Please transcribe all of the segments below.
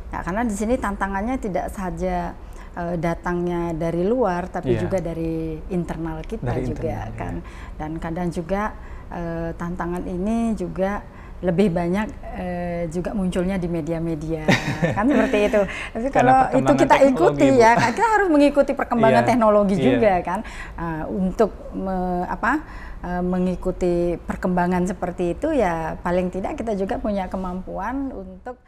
Ya, karena di sini tantangannya tidak saja datangnya dari luar, tapi juga dari internal kita juga kan. Dan kadang juga tantangan ini juga lebih banyak juga munculnya di media-media kan seperti itu. Tapi kalau itu kita ikuti ya, kita harus mengikuti perkembangan teknologi juga kan untuk mengikuti perkembangan seperti itu ya paling tidak kita juga punya kemampuan untuk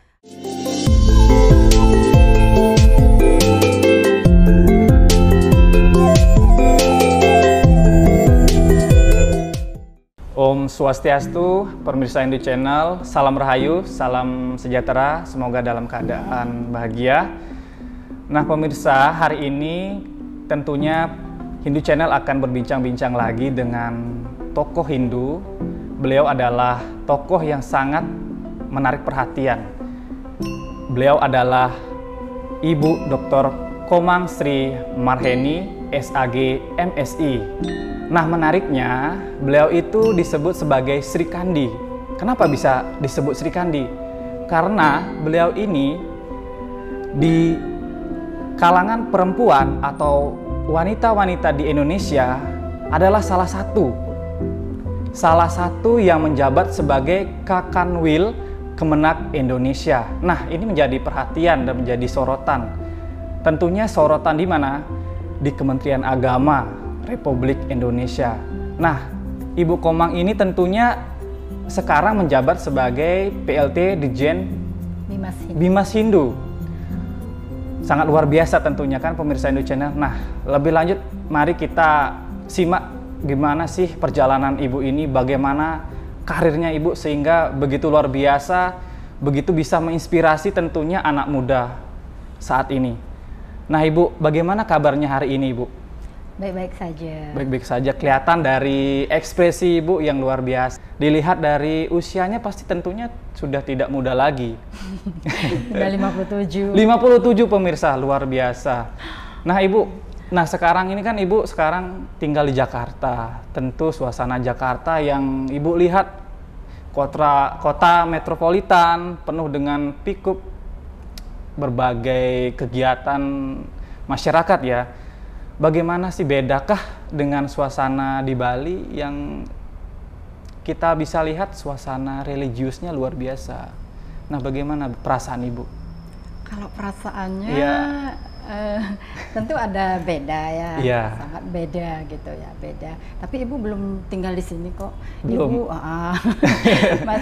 Om Swastiastu, pemirsa Hindu Channel, salam rahayu, salam sejahtera, semoga dalam keadaan bahagia. Nah pemirsa, hari ini tentunya Hindu Channel akan berbincang-bincang lagi dengan tokoh Hindu. Beliau adalah tokoh yang sangat menarik perhatian. Beliau adalah Ibu Dr. Komang Sri Marheni, SAG, MSI. Nah menariknya, beliau itu disebut sebagai Sri Kandi. Kenapa bisa disebut Sri Kandi? Karena beliau ini di kalangan perempuan atau wanita-wanita di Indonesia adalah salah satu yang menjabat sebagai Kakanwil Kemenak Indonesia. Nah ini menjadi perhatian dan menjadi sorotan. Tentunya sorotan di mana? Di Kementerian Agama Republik Indonesia. Nah, Ibu Komang ini tentunya sekarang menjabat sebagai PLT Dirjen Bimas Hindu. Sangat luar biasa tentunya kan pemirsa Hindu Channel. Nah, lebih lanjut mari kita simak gimana sih perjalanan Ibu ini, bagaimana karirnya Ibu sehingga begitu luar biasa, begitu bisa menginspirasi tentunya anak muda saat ini. Nah, Ibu, bagaimana kabarnya hari ini, Ibu? Baik-baik saja. Baik-baik saja. Kelihatan dari ekspresi Ibu yang luar biasa. Dilihat dari usianya pasti tentunya sudah tidak muda lagi. Sudah 57. 57 pemirsa, luar biasa. Nah Ibu, sekarang ini kan Ibu sekarang tinggal di Jakarta. Tentu suasana Jakarta yang Ibu lihat kota metropolitan penuh dengan pikuk berbagai kegiatan masyarakat ya. Bagaimana sih bedakah dengan suasana di Bali yang kita bisa lihat suasana religiusnya luar biasa. Nah bagaimana perasaan Ibu? Kalau perasaannya tentu ada beda ya, sangat beda gitu ya, beda. Tapi Ibu belum tinggal di sini kok. Belum. Ibu